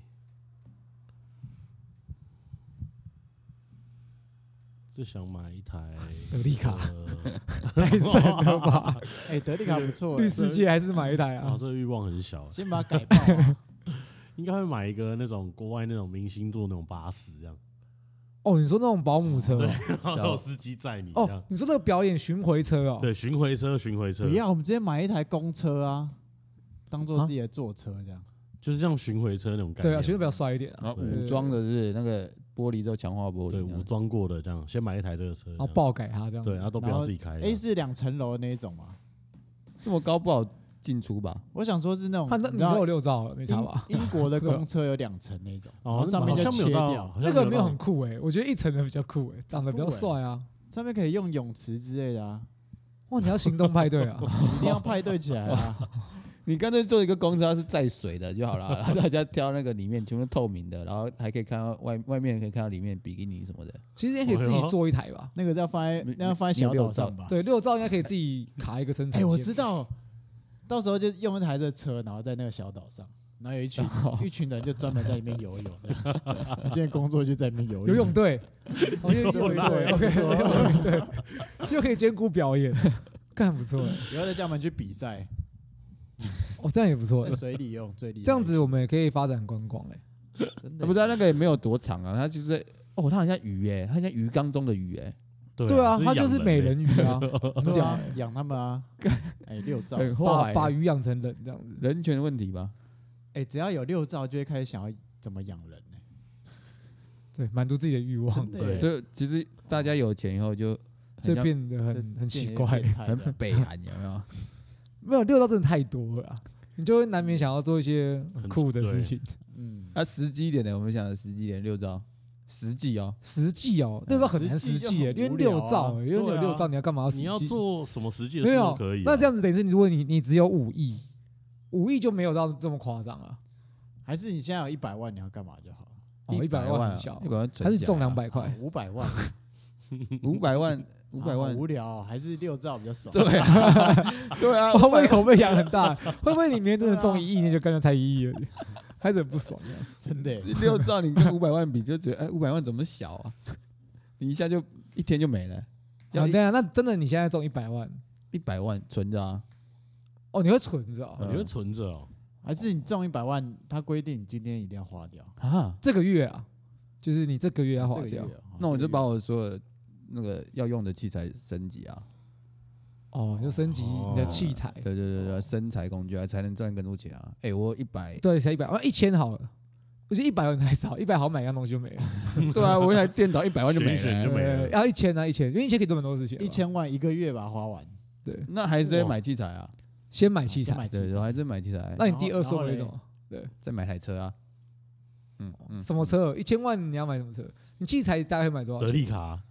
最想买一台德利卡， 呃太神了吧！ 哎，德利卡不错绿欸， 世界还是买一台啊， 啊？ 这个欲望很小， 先把它改爆啊。 应该会买一个那种国外那种明星坐那种巴士这样， 哦，你说那种保姆车哦？ 然后有司机载你这样哦，，你说那个表演巡回车哦？ 对，巡回车，巡回车不，要，我们直接买一台公车啊，当做自己的坐车这样。 就是像巡回车那种感觉。 对啊，巡回比较帅一点啊。 然后对武装的是那个玻璃之后强化玻璃， 对，武装过的这样，先买一台这个车， 然后爆改它这样。 对，然后都不要自己开。 A 是两层楼的那一种嘛？ 这么高不好进出吧？ 我想说是那种， 他那你知道都有六兆了，没差吧？ 英英国的公车有两层那种，然哦后，上面就好像没有到， 切掉， 好像那个没有到很酷哎，我觉得一层的比较酷哎，长得比较帅啊。 上面可以用泳池之类的啊， 哇，你要行动派对啊？ 一定要派对起来啊！ 你干脆做一个公车是载水的就好了，然后大家挑那个里面全部透明的，然后还可以看到外外面可以看到里面比基尼什么的。 其实也可以自己做一台吧。 那个要放在你那要放在小岛上吧？ 对，六兆应该可以自己卡一个生产哎， 线。 我知道，到时候就用一台这车，然后在那个小岛上，然后有一群一群人就专门在里面游泳的，今天工作就在里面游游泳队，哦，游泳队对 ，OK，游泳队又可以兼顾表演，干不错。 以后再叫我们去比赛， 哦，这样也不错在。水里游泳最厉害。 这样子我们也可以发展观光哎。 真的不知道那个也没有多长啊，它就是哦，它好像鱼哎，它像鱼缸中的鱼哎， 对啊，它就是美人鱼啊，很屌对啊，养他们啊，哎，六兆， 很把坏把鱼养成人这样子。 人权问题吧？ 哎，只要有六兆，就会开始想要怎么养人呢？ 对，满足自己的欲望， 真的耶所以其实大家有钱以后就就很像变得很很奇怪。 很变态的北韩，有没有？ 没有六兆真的太多了啊，你就会难免想要做一些很酷的事情。 嗯， 它实际一点的，我们讲的实际一点，六兆实际哦， 实际哦，六兆很难实际耶，因为实际就很无聊啊六兆耶，因为你有对啊六兆，你要干嘛？ 你要做什么实际的没有事都可以啊。 那这样子等于是，如果你你只有五亿，五亿就没有到这么夸张啊。 还是你现在有一百万，你要干嘛就好？ 哦，一百万万很小一，百万存起来啊， 还是中两百块。 五百万， 五百万，五百啊好万， 无聊哦，还是六兆比较爽。 对啊，对啊， 会不会口碑养很大？会不会你明天真的中一亿，你就刚刚才一亿而已，还是很不爽这样？ 真的耶， 六兆你跟五百万比，就觉得哎，五百万怎么小啊？你一下就一天就没了，要好， 一对啊，那真的你现在中一百万， 一百万存着啊， 哦，你会存着哦？ 你会存着哦， 还是你中一百万，他规定你今天一定要花掉， 啊， 这个月啊，就是你这个月要花掉这个月哦。 那我就把这个月我所有的那个要用的器材升级啊， 哦，你就升级你的器材， 对对对对，生财工具啊，才能赚更多钱啊。哎，我一百， 对，才一百万，一千好了。我觉得一百万太少，一百好买一样东西就没了。 对啊，我一台电脑一百万就没了选一选就，没了对要一千啊，一千，因为一千可以做很多事情。 一，千万一个月把它花完， 对， 那还是得买器材啊。 先买器材先买，器对， 材我还真买器材， 那你第二顺为什么？ 再买台车啊。嗯嗯， 什么车？一千万你要买什么车？你器材大概会买多少钱？ 德利卡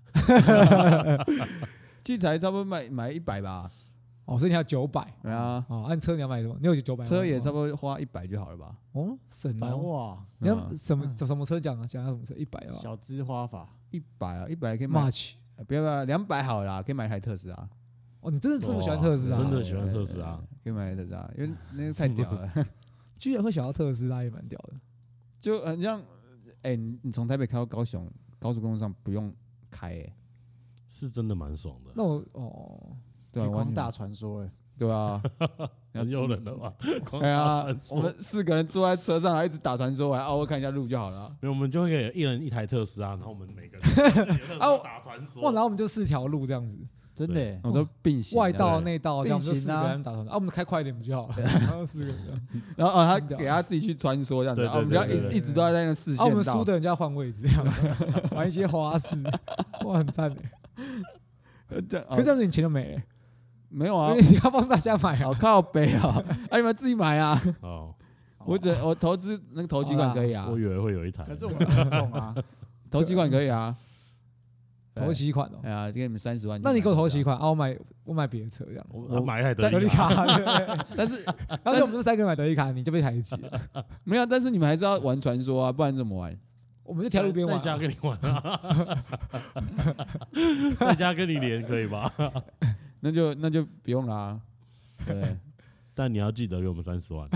器材差不多买买一百吧。 哦，所以你要九百。 对啊， 哦，按车你要买什么？你有九百？ 车也差多。 不多花一百就好了吧？ 哦，省百哦。 哇， 你要嗯什么什么车讲啊？讲要什么车？一百啊小资花法， 一百啊，一百可以买， ？March。 不要不要，两百好了啦，可以买一台特斯拉。 哦，你真的这么喜欢特斯拉？ 真的喜欢特斯拉， 可以买一台特斯拉，因为那个太屌了， 居然会想到特斯拉，也蛮屌的。 就很像，哎，你你从台北开到高雄高速公路上不用开，哎， 是真的蛮爽的。 那我哦， 对啊，完全天空大传说，哎， 对啊， 很诱人的吧？ 哎呀，我们四个人坐在车上，然后一直打传说，完偶尔看一下路就好了。 没有，我们就会给一人一台特斯拉，然后我们每个人自己的特斯拉打传说。 哇，然后我们就四条路这样子， 真的耶， 我都并行， 外道内道，这样我们就四个并行啊人打传说，啊，我们开快一点不就好了？然后四个人这样， 然后哦，他给他自己去穿梭这样子， 对对啊我们就要对对对一一直都在那个视啊， 线我们输道。 的人就要换位置，这样玩一些花式，哇，很赞诶。 呃这样可是这样子你钱就没了， 没有啊因为？你要帮大家买好啊。 靠北啊！啊，你们自己买啊！ 哦， 我只我投资那个投机款可以啊我，以为会有一台。 可是我们没有中啊， 投机款可以啊。 投期款哦哎，呀，给你们三十万。 那你给我投期款啊？我买我买别的车这样。 我我买一台德德利利卡， 卡，对对对但是然后就我们这三个人买德利卡，你就被抬起了， 没有，但是你们还是要玩传说啊，不然怎么玩？ 我们就条路边玩啊。 在家跟你玩啊，在家跟你连可以吧？ 那就那就不用啦。对， 但你要记得给我们三十万。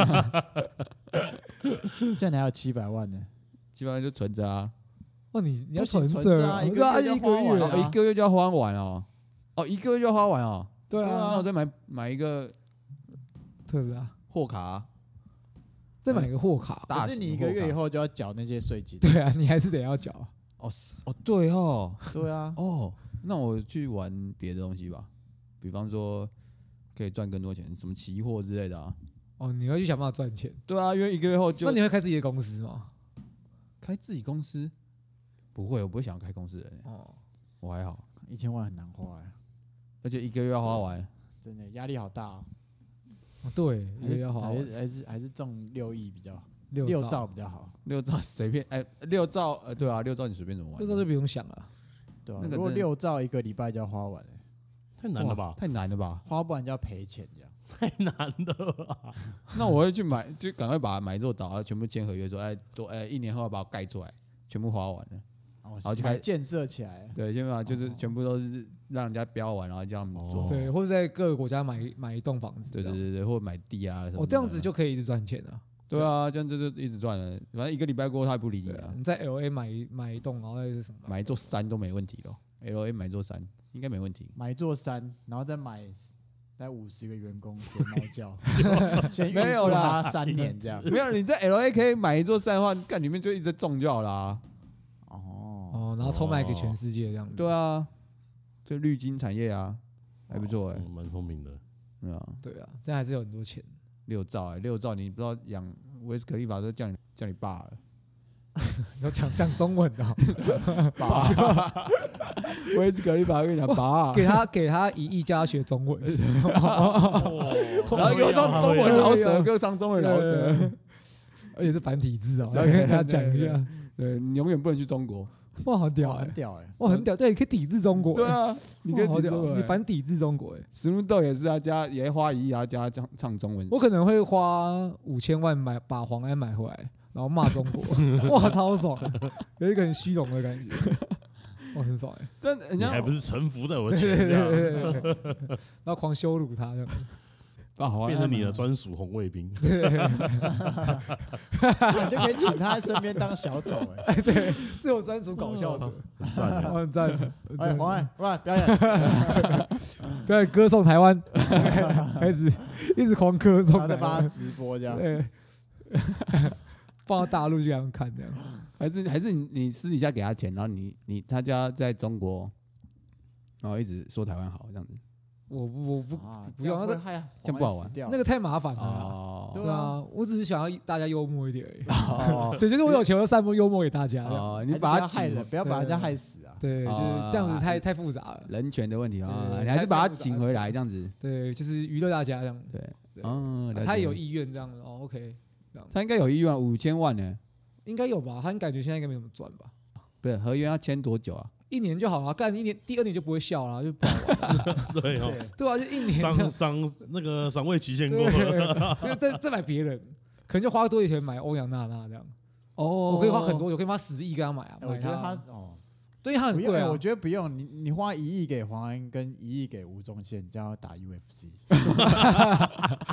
这样你还有七百万呢， 基本上就存着啊， 哇，你你要不行存存着啊着， 一个月就对啊一个月花完了哦，一个月就要花完哦。哦，一个月就要花完哦。 对那我啊， 再买买一个特斯拉货卡啊， 再买个货卡， 大可是你一个月以后就要缴那些税金。 对啊，你还是得要缴。 哦是哦对哦对啊， 哦，那我去玩别的东西吧，比方说可以赚更多钱，什么期货之类的啊。 哦，你要去想办法赚钱。 对啊，因为一个月后就那你会开自己的公司吗？ 开自己公司，不会，我不会想要开公司的人， 哦， 我还好， 一千万很难花哎， 而且一个月要花完， 真的压力好大哦。 哦对， 还是也要好还是还是还是中六亿比较好， 六六兆比较好， 六兆随便，哎，六兆，呃，对啊，六兆你随便怎么玩， 六兆就不用想了。 对吧？如果那个真的六兆一个礼拜就要花完了， 太难了吧？ 太难了吧？ 花不完就要赔钱这样。 太难了吧？ 那我会去买，就赶快把它买一座岛，然后全部签合约说，哎，多，哎，一年后要把它盖出来，全部花完了。 然后就开始建设起来， 对，先把就是全部都是让人家标完，然后叫他们做。 哦对，或者在各个国家买买一栋房子。 对对对对，或者买地啊什么的。 哦，这样子就可以一直赚钱了。 对啊，这样就就一直赚了，反正一个礼拜过后他也不理你啊对啊，，你在 L A 买一买一栋，然后再是什么？ 买一座山都没问题咯。L A 买一座山应该没问题。 买一座山，然后再买来五十个员工给猫叫，先没有啦他三年这样。 没有，你在 L A 可以买一座山的话，干里面就一直种就好啦。 哦， 哦，然后偷卖给全世界这样子。 对啊，这绿金产业啊，还不错哎、 嗯蛮聪明的。 对啊， 对啊，这样还是有很多钱。 六兆哎、六兆你不知道养威斯可利法都叫你叫你爸了， 你要讲讲中文的哦， 爸，威斯可利法跟你讲爸， 给他给他一亿，叫他学中文。 然后给我唱中文饶舌，给我唱中文饶舌， 而且是繁体字哦，要跟他讲一下。 对你永远不能去中国。 哇，好屌哇， 哎很！屌哎， 哇，很屌，对，你可以抵制中国。 对啊，你可以哇好屌抵中国、 你反抵制中国哎！ 史努豆也是啊，加也花一亿啊，加唱唱中文。 我可能会花五千万买把黄安买回来，然后骂中国，哇，超爽的，有一个很虚荣的感觉，哇，很爽哎！ 但人家你还不是臣服在我对对对前这样， 对对对，然后狂羞辱他这样。 啊，好变成你的专属红卫兵。 这样你就可以请他在身边当小丑哎。 这种专属搞笑的， 很赞啊！ 哇很赞。很哎， 赞黄安，黄安表演， 不要歌颂台湾，开始一直狂歌然颂台后再帮他湾， 直播这样。 对，放到大陆去给他们看这样。 还是还是你你私底下给他钱，然后你你他家在中国，然后一直说台湾好这样子。 我不我不啊， 不用那个这样会害这样不好玩黄安死掉那个太麻烦了啦。 哦对对啊，我只是想要大家幽默一点而已。 哦对，就是我有钱，我就散播幽默给大家。这样哦， 你你把他请不要害人，不要把人家害死啊。 对，就是这样子太太复杂了。 人权的问题啊， 对你还是把他请回来这样子。 对，就是娱乐大家这样。 对， 对哦，了解他也有意愿这样哦，OK， 他应该有意愿五千万呢， 应该有吧？他感觉现在应该没怎么赚吧？ 不是合约要签多久啊？ 一年就好了，干一年，第二年就不会笑了，就不好玩了。 对哦， 对， 对啊，就一年这赏样。 赏那个赏味期限过对了， 因为再再买别人，可能就花多一点钱买欧阳娜娜这样。 哦我可以花很多，我可以花十亿跟他买啊。买哎我觉得他哦， 对他不用， 很贵啊哎我。觉得不用，你你花一亿给黄安，跟一亿给吴宗宪，叫他打 U F C。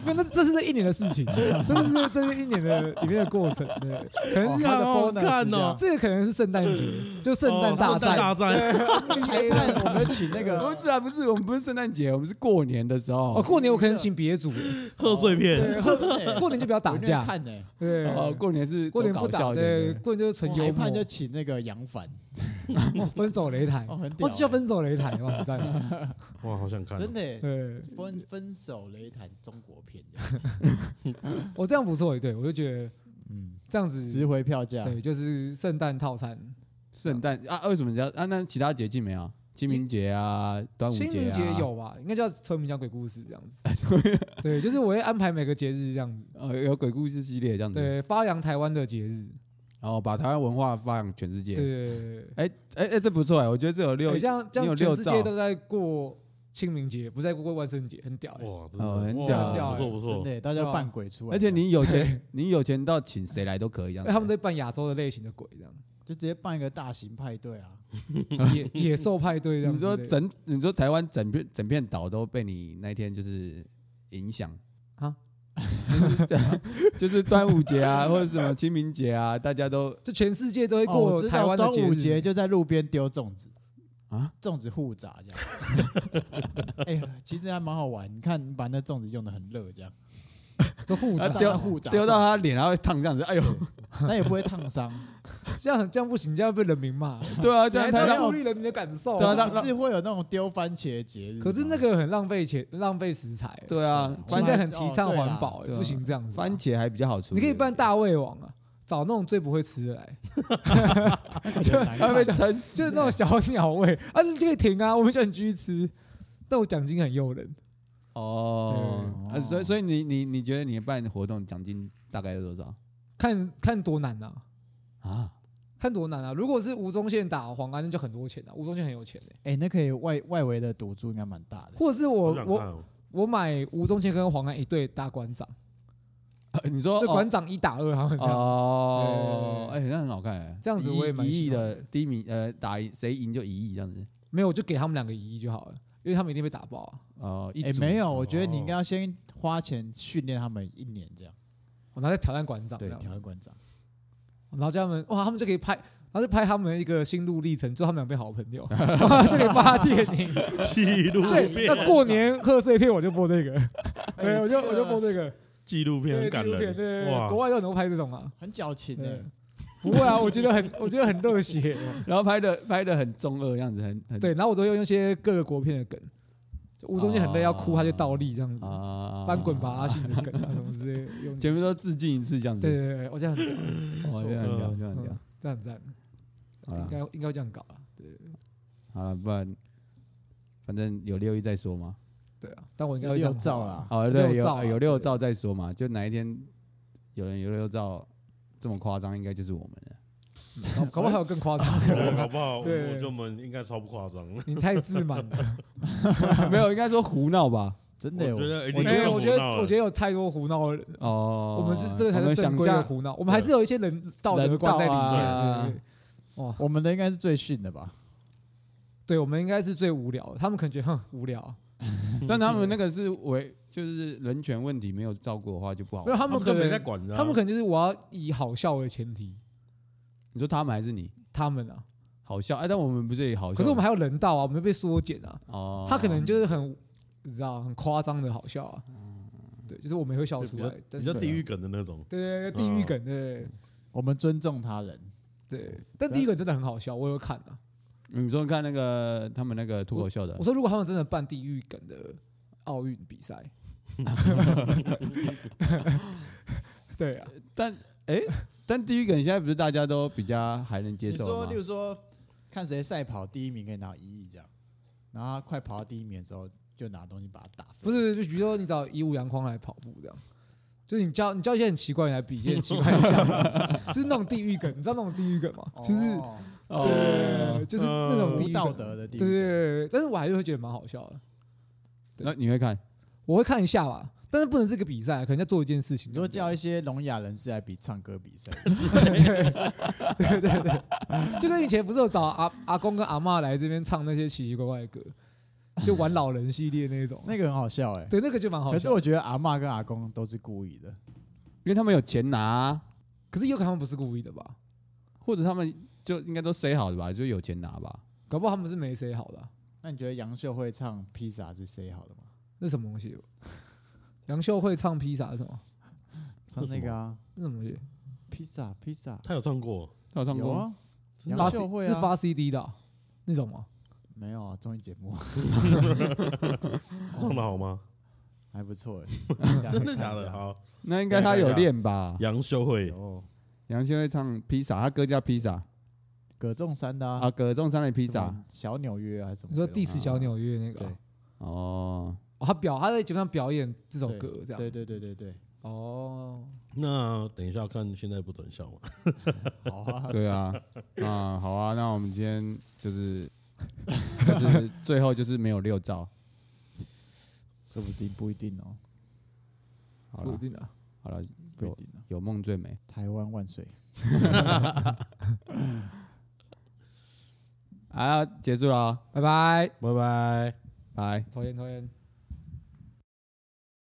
没有，那这是那一年的事情，这是这是一年的里面的过程，对，可能是他的好好 bonus 看哦这样这个可能是圣诞节，就圣诞大哦圣诞大战， 战， 裁判，我们请那个不是啊，不是，我们不是圣诞节，我们是过年的时候。 哦，过年我可能请别组， 贺岁片， 对， 真的过年就不要打我架， 看呢， 对， 哦，过年是过年不打， 走搞笑的对， 对过年就是纯幽默裁判，就请那个杨凡， 哦分手擂台， 哦，很屌哦，就叫分手擂台，哇，很赞， 哇，好想看哦， 真的耶对， 分分手擂台中国片这样， 我这样不错，对我就觉得嗯， 这样子， 值回票价， 对，就是圣诞套餐， 圣诞啊？为什么叫啊？那其他节庆没有？清明节啊，端午节啊， 清明节有吧？应该叫车民讲鬼故事这样子。对，就是我会安排每个节日这样子。 哦，有鬼故事系列这样子。 对，发扬台湾的节日。 然后把台湾文化发扬全世界。 对对对。 哎哎哎，这不错哎，我觉得这有六， 这样这样全世你有六兆界都在过清明节，不是在过万圣节，很屌欸。 哇，真的哦很哇屌不错不错， 真的耶，大家扮鬼出来， 而且你有钱，你有钱到请谁来都可以这样子。 因为他们在办亚洲的类型的鬼这样， 就直接办一个大型派对啊， 野野兽派对这样你之类的。 说整，你说台湾整片整片岛都被你那一天就是影响啊， 就是端午节啊，或者什么清明节啊，大家都就全世界都会哦我知道过台湾的端午节日。 节就在路边丢粽子啊， 粽子互砸这样，哎呀，其实还蛮好玩，你看你把那粽子用的很热这样， 都互砸大，家互砸丢到他脸，然后会烫这样子。哎呦， 那也不会烫伤， 这样很这样不行，这样被人民骂。 对啊， 你还是要这样才让顾虑人民的感受。 对啊让是会有那种丢番茄的节日吗， 可是那个很浪费钱，浪费食材。 对啊， 现在很提倡哦对啦环保， 对啊不行这样子啊。 番茄还比较好处理。 你可以办大胃王啊，找那种最不会吃的来， 就很难他会看撑就是那种小鸟胃啊，你就可以停啊，我们叫你继续吃，但我奖金很诱人。 哦， 对啊所以所以你你你觉得你办活动奖金大概有多少看看多难啊， 啊？ 看多难啊！如果是吴宗宪打黄安，那就很多钱啊，吴宗宪很有钱哎、 哎，那可以外外围的赌注应该蛮大的， 或者是好我我想看哦我买吴宗宪跟黄安一对打馆长， 啊你说就馆长一打二，好像这样。 哦，哎，那很好看哎， 这样子我也蛮一亿喜欢的第一名，呃，打赢谁赢就一亿这样子。 没有，我就给他们两个一亿就好了，因为他们一定被打爆啊。 哦，一哎， 组没有，我觉得你应该要先花钱训练他们一年这样， 我拿在挑战馆长这对， 样， 调整馆长， 然后叫他们哇，他们就可以拍，然后就拍他们一个心路历程，就他们俩变好朋友，就可以发电影。 纪录对， 片， 那过年贺岁片我就播这个，对， 哎我就我就这个播这个纪录片对纪很感录片，对人， 对对，国哇， 外都很多拍这种啊。 很矫情对的，， 不会啊，我觉得很，我觉得很热血。 然后拍的拍的很中二，这样子很很对，然后我都会用一些各个国片的梗，就吴宗宪很累要哭，他就倒立这样子， 啊翻滚吧阿信的梗啊什么之类的，用全部都致敬一次这样子。 对对对，我这样很屌， 哦，这样很屌，这样很屌嗯。这样很赞， 好了应该应该会这样搞啊，对好了，不然反正有六亿再说嘛。 对啊，但我应该会这样六兆啦， 哦，对， 六兆啊有有六兆再说嘛。就哪一天有人有六兆这么夸张，应该就是我们了。 搞搞不好还有更夸张哦的， 搞不好我对我觉得我们应该超不夸张， 你太自满了。 没有，应该说胡闹吧。 真的耶， 我觉得一我觉得定是我觉得胡闹了我觉得有太多胡闹的人， 哦， 我们是这个才我们是正规的想象胡闹，我们还是有一些人道德观在里人道啊面。对对对，哇， 我们的应该是最逊的吧？ 对我们应该是最无聊的，他们可能觉得哼无聊， 但他们那个是违，就是人权问题没有照顾的话就不好没有玩。 他们可能他们都没在管的啊， 他们可能就是我要以好笑为前提， 你说他们还是你他们啊， 好笑？哎，但我们不是也好笑？ 可是我们还有人道啊，我们被缩减啊， 哦， 他可能就是很你知道很夸张的好笑啊，对，就是我们也会笑就比较出来，但是比较地狱梗的那种， 对对对地狱梗，对我们尊重他人， 对，但第一个真的很好笑，我有看啊。 你说看那个他们那个脱口秀的我，说如果他们真的办地狱梗的奥运比赛，对啊， 但哎，但地狱梗现在不是大家都比较还能接你说， 受吗例？如说，看谁赛跑第一名可以拿一亿这样，然后他快跑到第一名的时候，就拿东西把他打飞。 不是，就比如说你找以武扬匡来跑步这样，就是你教你教一些很奇怪的人来比一些很奇怪的项目，就是那种地狱梗，你知道那种地狱梗吗？就是哦对，就是那种地不道狱梗， 德的地对对狱。 对，但是我还是会觉得蛮好笑的，对那你会看？ 我会看一下吧，但是不能这个比赛，可能要做一件事情， 你说叫一些聋哑人士来比唱歌比赛， 对对对，就跟以前不是有找阿阿公跟阿嬷来这边唱那些奇奇怪怪的歌， 就玩老人系列那种， 那个很好笑哎。 对，那个就蛮好笑。 可是我觉得阿嬷跟阿公都是故意的， 因为他们有钱拿、啊， 可是有可能他们不是故意的吧？ 或者他们就应该都塞好的吧，就有钱拿吧。 搞不好他们是没塞好的、啊。 那你觉得杨秀慧唱披萨是塞好的吗？ 那什么东西？杨秀慧唱披萨是什么？ 唱那个啊， 那什么东西？ 披萨披萨， 他有唱过， 他有唱过， 有啊， 发杨秀慧啊， 是发 C D 的、啊、那种吗？ 没有啊，综艺节目唱的好吗？ 还不错哎， 真的假的？好， 那应该他有练吧？ 杨秀慧， 有杨秀慧唱披萨，他歌叫披萨葛仲山的啊，葛仲山的披萨。 小纽约啊还是什么？ 你说地磁小纽约那个、啊？ 对， 哦， 哦，他表他在节目上表演这首歌，这样。 对对对对对， 哦， 那等一下看现在不准笑嘛？ 好啊， 对啊，啊，好啊，那我们今天就是就是最后就是没有六兆， 说不定不一定哦， 好了不一定啊。 好了，有不一定哦。 有梦最美。 台湾万岁！ 啊，结束了哦， 拜拜， 拜拜。 拜。 抽烟抽烟。